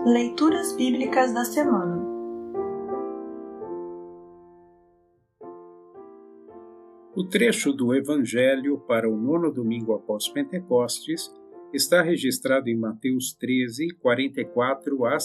Leituras Bíblicas da Semana. O trecho do Evangelho para o 9º domingo após Pentecostes está registrado em Mateus 13, 44 a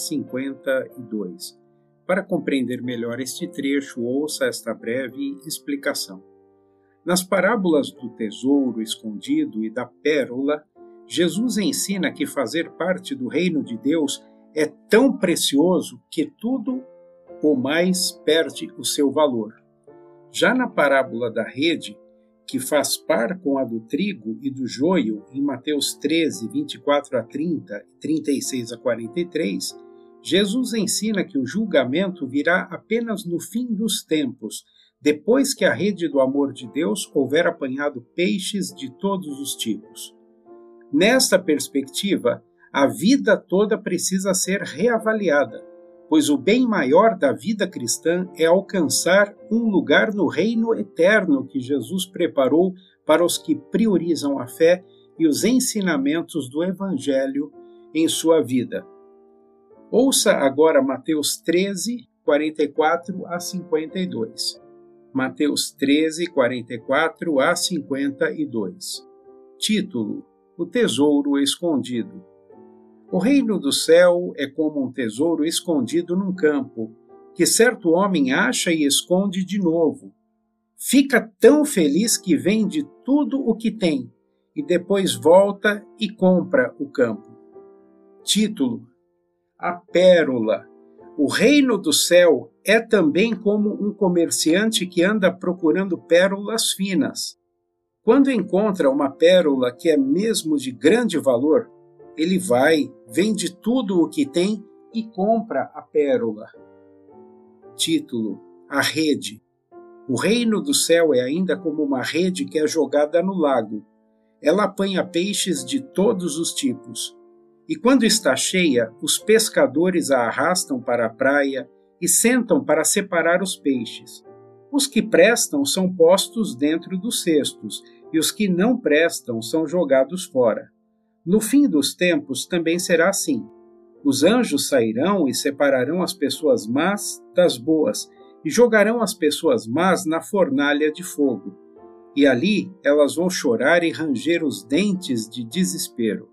52. Para compreender melhor este trecho, ouça esta breve explicação. Nas parábolas do tesouro escondido e da pérola, Jesus ensina que fazer parte do reino de Deus é tão precioso que tudo o mais perde o seu valor. Já na parábola da rede, que faz par com a do trigo e do joio, em Mateus 13, 24 a 30 e 36 a 43, Jesus ensina que o julgamento virá apenas no fim dos tempos, depois que a rede do amor de Deus houver apanhado peixes de todos os tipos. Nesta perspectiva, a vida toda precisa ser reavaliada, pois o bem maior da vida cristã é alcançar um lugar no reino eterno que Jesus preparou para os que priorizam a fé e os ensinamentos do Evangelho em sua vida. Ouça agora Mateus 13, 44 a 52. Mateus 13, 44 a 52. Título: O tesouro escondido. O reino do céu é como um tesouro escondido num campo, que certo homem acha e esconde de novo. Fica tão feliz que vende tudo o que tem, e depois volta e compra o campo. Título: A pérola. O reino do céu é também como um comerciante que anda procurando pérolas finas. Quando encontra uma pérola que é mesmo de grande valor, ele vai, vende tudo o que tem e compra a pérola. Título: A rede. O reino do céu é ainda como uma rede que é jogada no lago. Ela apanha peixes de todos os tipos. E quando está cheia, os pescadores a arrastam para a praia e sentam para separar os peixes. Os que prestam são postos dentro dos cestos, e os que não prestam são jogados fora. No fim dos tempos também será assim. Os anjos sairão e separarão as pessoas más das boas, e jogarão as pessoas más na fornalha de fogo. E ali elas vão chorar e ranger os dentes de desespero.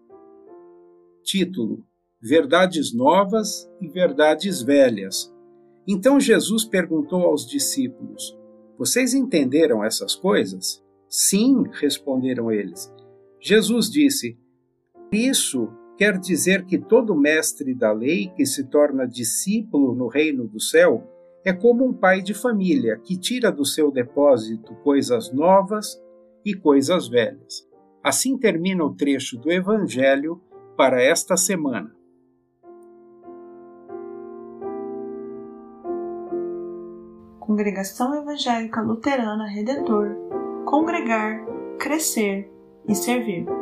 Título: Verdades novas e verdades velhas. Então Jesus perguntou aos discípulos: Vocês entenderam essas coisas? Sim, responderam eles. Jesus disse: Isso quer dizer que todo mestre da lei que se torna discípulo no reino do céu é como um pai de família que tira do seu depósito coisas novas e coisas velhas. Assim termina o trecho do Evangelho para esta semana. Congregação Evangélica Luterana Redentor. Congregar, crescer e servir.